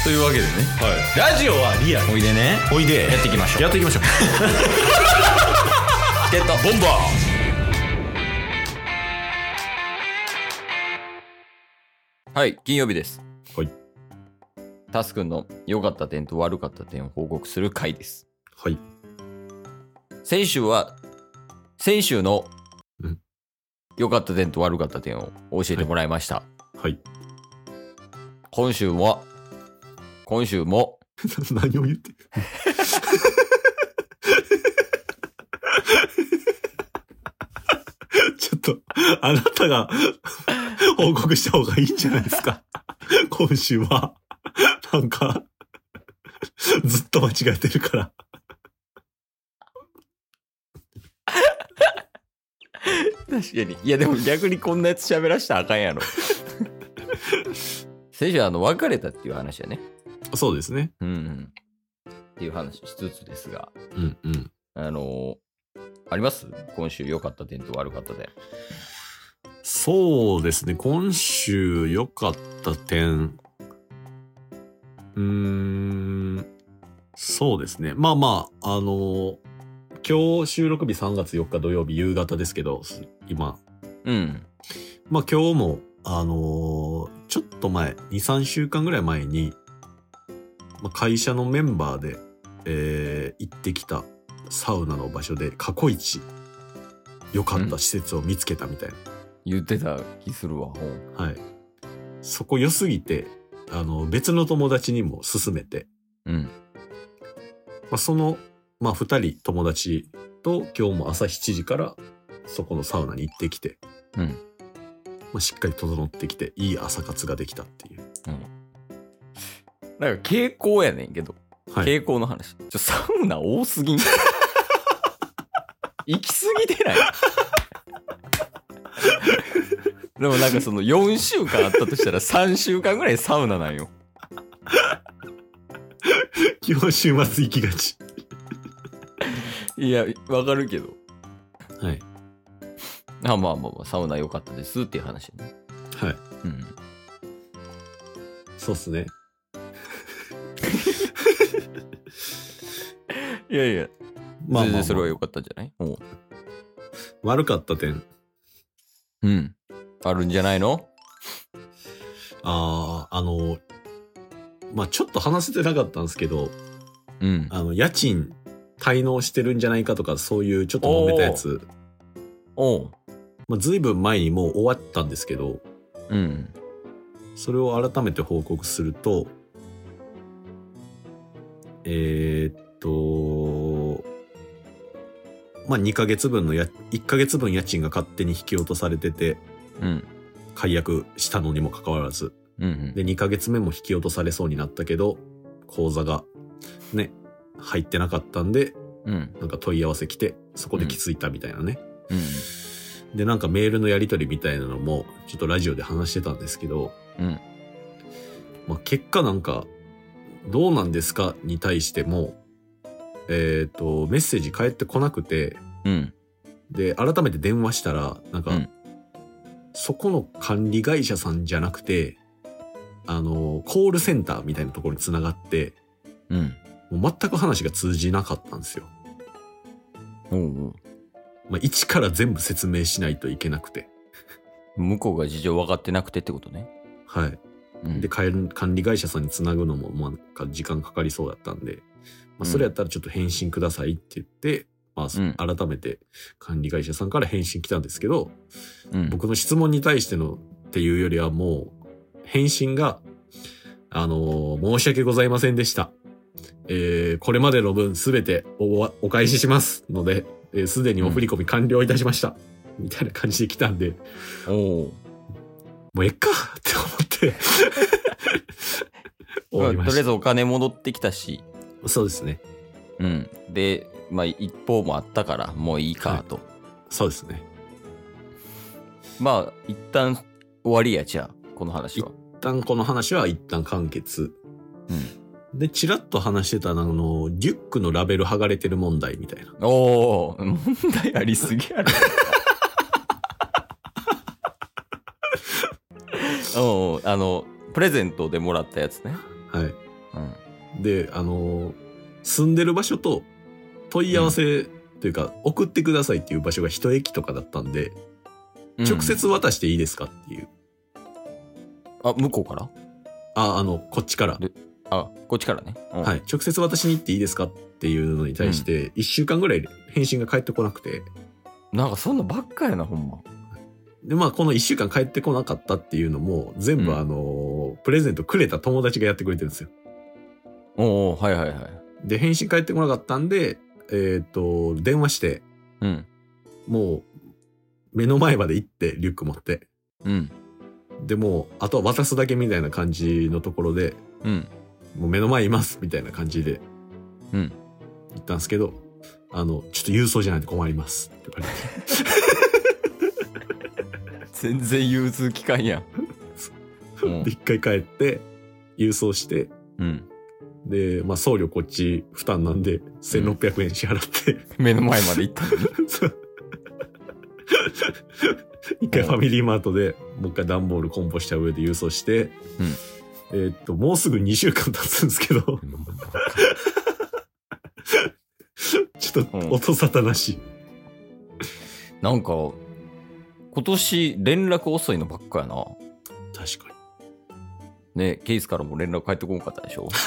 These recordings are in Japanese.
というわけでね、 ラジオはリアル。 おいでね、 おいでやっていきましょう。 やっていきましょう。 チケットボンバー。はい、金曜日です。 はい。 タスくんの良かった点と悪かった点を報告する回です。 はい。 先週の良かった点と悪かった点を教えてもらいました。 はい。 今週も何を言ってちょっとあなたが報告した方がいいんじゃないですか。今週はなんかずっと間違えてるから。 確かに。いやでも逆にこんなやつ喋らしたらあかんやろ。先週別れたっていう話やね。 そうですね。 っていう話しつつですが。あります？今週良かった点と悪かった点。 そうですね。今週良かった点。そうですね。まあ、今日収録日3月4日土曜日夕方ですけど、今。まあ今日も、ちょっと前、2、3週間ぐらい前に、会社のメンバーで、行ってきたサウナの場所で過去一良かった施設を見つけたみたいな。 言ってた気するわ。 はい。そこ良すぎて、別の友達にも勧めて、その、2人友達と今日も朝7時からそこのサウナに行ってきて、しっかり整ってきて、いい朝活ができたっていう。 なんか傾向やねんけど、傾向の話。サウナ多すぎん。行き過ぎてない？でもなんかその4週間あったとしたら3週間ぐらいサウナなんよ。 基本週末行きがち。 いや、わかるけど。 はい。 まあ、サウナ良かったですっていう話ね。 はい。そうっすね。 いやいや。全然それは良かったんじゃない？ 悪かった点。 あるんじゃないの？ ちょっと話せてなかったんですけど、家賃滞納してるんじゃないかとか、そういうちょっと揉めたやつ。ずいぶん前にもう終わったんですけど、それを改めて報告すると、2ヶ月分の1ヶ月分家賃が勝手に引き落とされてて、解約したのにもかかわらず、で、2ヶ月目も引き落とされそうになったけど、口座がね、入ってなかったんで、なんか問い合わせ来て、そこで気づいたみたいなね。で、なんかメールのやり取りみたいなのも、ちょっとラジオで話してたんですけど、結果なんか、どうなんですかに対しても、メッセージ返ってこなくて、で、改めて電話したら、なんか、そこの管理会社さんじゃなくて、コールセンターみたいなところに繋がって、もう全く話が通じなかったんですよ。一から全部説明しないといけなくて。 向こうが事情分かってなくてってことね。 はい。で、管理会社さんに繋ぐのも、なんか時間かかりそうだったんで、それやったらちょっと返信くださいって言って、改めて管理会社さんから返信来たんですけど、僕の質問に対してのっていうよりはもう、返信が、申し訳ございませんでした。これまでの分すべてお返ししますので、すでにお振り込み完了いたしました。みたいな感じで来たんで、もうえっかって思って終わりました。 とりあえずお金戻ってきたし。 そうですね。 で、一方もあったからもういいかと。 そうですね。 一旦終わりや、じゃあ、この話は。 この話は一旦完結。で、ちらっと話してたリュックのラベル剥がれてる問題みたいな。 問題ありすぎやろ。プレゼントでもらったやつね。 はい。 で、住んでる場所と問い合わせというか、送ってくださいっていう場所が一駅とかだったんで、直接渡していいですかっていう。 あ、向こうから？ こっちから。 こっちからね。 はい。直接渡しに行っていいですかっていうのに対して、1週間ぐらい返信が返ってこなくて。 なんかそんなばっかやな、ほんま。 で、まあ、この1週間帰ってこなかったっていうのも、全部プレゼントくれた友達がやってくれてるんですよ。 おー、はいはいはい。 で、返信返ってこなかったんで、電話して、もう、目の前まで行って、リュック持って。で、もう、あとは渡すだけみたいな感じのところで、もう目の前います、みたいな感じで、言ったんですけど、ちょっと郵送じゃないと困ります、って言われて。 全然融通きかんやん。 で、一回帰って、郵送して、で、まあ、送料こっち負担なんで、1600円支払って、 目の前まで行ったのに。 一回ファミリーマートで、もう一回段ボール梱包した上で郵送して、もうすぐ2週間経つんですけど、ちょっと音沙汰なし。 なんか、今年連絡遅いのばっかやな。 確かに。ね、ケースからも連絡返ってこなかったでしょ。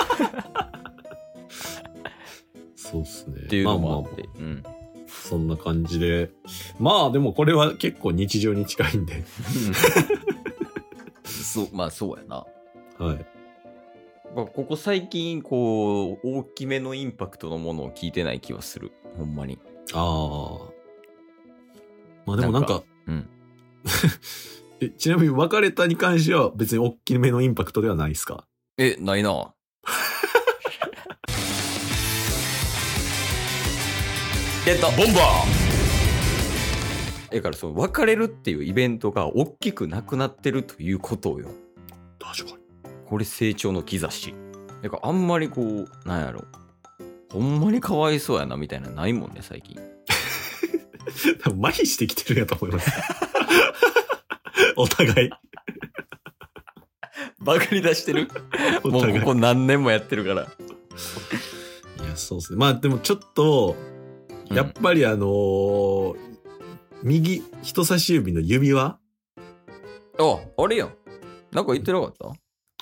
そうっすね。 っていうのもあって。 そんな感じで。まあでもこれは結構日常に近いんで。 まあそうやな。 はい。 まあ、ここ最近、こう、大きめのインパクトのものを聞いてない気はする。ほんまに。 まあでもなんかちなみに別れたに関しては別に大きめのインパクトではないですか？ ないな。ボンバー。から別れるっていうイベントが大きくなくなってるということよ。 確かに。 これ成長の兆し。だからあんまりこう、なんやろ。ほんまにかわいそうやなみたいなないもんね、最近。 多分麻痺してきてるやと思います。お互い。 バカに出してる。もうここ何年もやってるから。 いや、そうですね。まあでもちょっと、やっぱり右人差し指の指輪？ あれやん。なんか言ってなかった？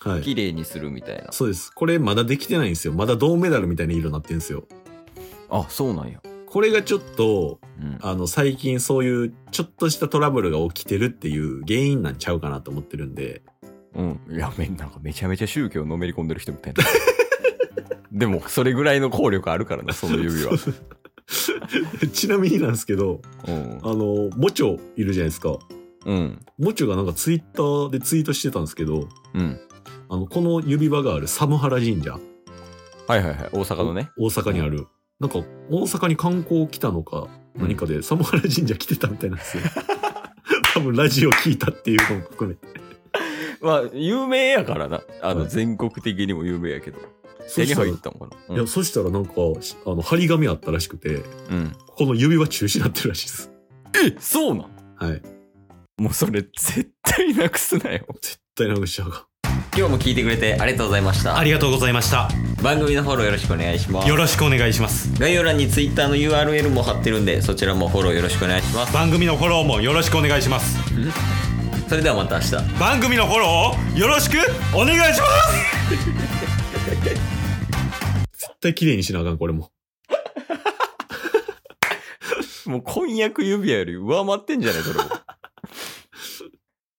はい。 綺麗にするみたいな。 そうです。これまだできてないんですよ。まだ銅メダルみたいな色になってるんですよ。 あ、そうなんや。 これがちょっと、最近そういうちょっとしたトラブルが起きてるっていう原因なんちゃうかなと思ってるんで。 いや、なんかめちゃめちゃ宗教のめり込んでる人みたいな。でも、それぐらいの効力あるからな、その指は。 ちなみになんですけど、モチョいるじゃないですか。モチョがなんかツイッターでツイートしてたんですけど、この指輪がある寒原神社。 はいはいはい。大阪のね。 大阪にある。なんか、大阪に観光来たのか、何かで寒原神社来てたみたいなんですよ。多分ラジオ聞いたっていうのも含めて。 まあ、有名やからな。全国的にも有名やけど。手に入ったのかな。 いや、そしたらなんか、張り紙あったらしくて、この指輪中止になってるらしいです。 そうなん？ はい。 もうそれ絶対なくすなよ。 絶対なくしちゃうか。 今日も聞いてくれてありがとうございました。 ありがとうございました。 番組のフォローよろしくお願いします。 よろしくお願いします。 概要欄に Twitter の URL も貼ってるんで、そちらもフォローよろしくお願いします。 番組のフォローもよろしくお願いします。 それではまた明日。 番組のフォローをよろしくお願いします。 絶対綺麗にしなあかん、これも。 もう婚約指輪より上回ってんじゃないそれも。